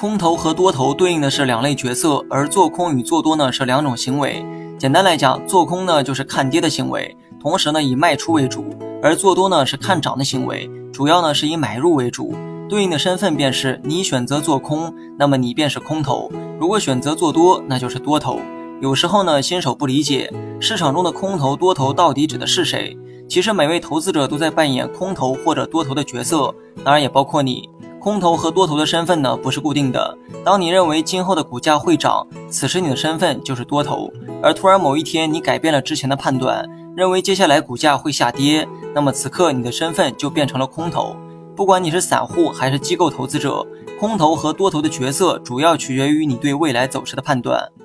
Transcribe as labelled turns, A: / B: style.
A: 空头和多头对应的是两类角色，而做空与做多呢是两种行为。简单来讲，做空呢就是看跌的行为，同时呢以卖出为主，而做多呢是看涨的行为，主要呢是以买入为主。对应的身份便是你选择做空，那么你便是空头；如果选择做多，那就是多头。有时候呢，新手不理解市场中的空头多头到底指的是谁。其实每位投资者都在扮演空头或者多头的角色，当然也包括你。空头和多头的身份呢不是固定的，当你认为今后的股价会涨，此时你的身份就是多头，而突然某一天你改变了之前的判断，认为接下来股价会下跌，那么此刻你的身份就变成了空头。不管你是散户还是机构投资者，空头和多头的角色主要取决于你对未来走势的判断。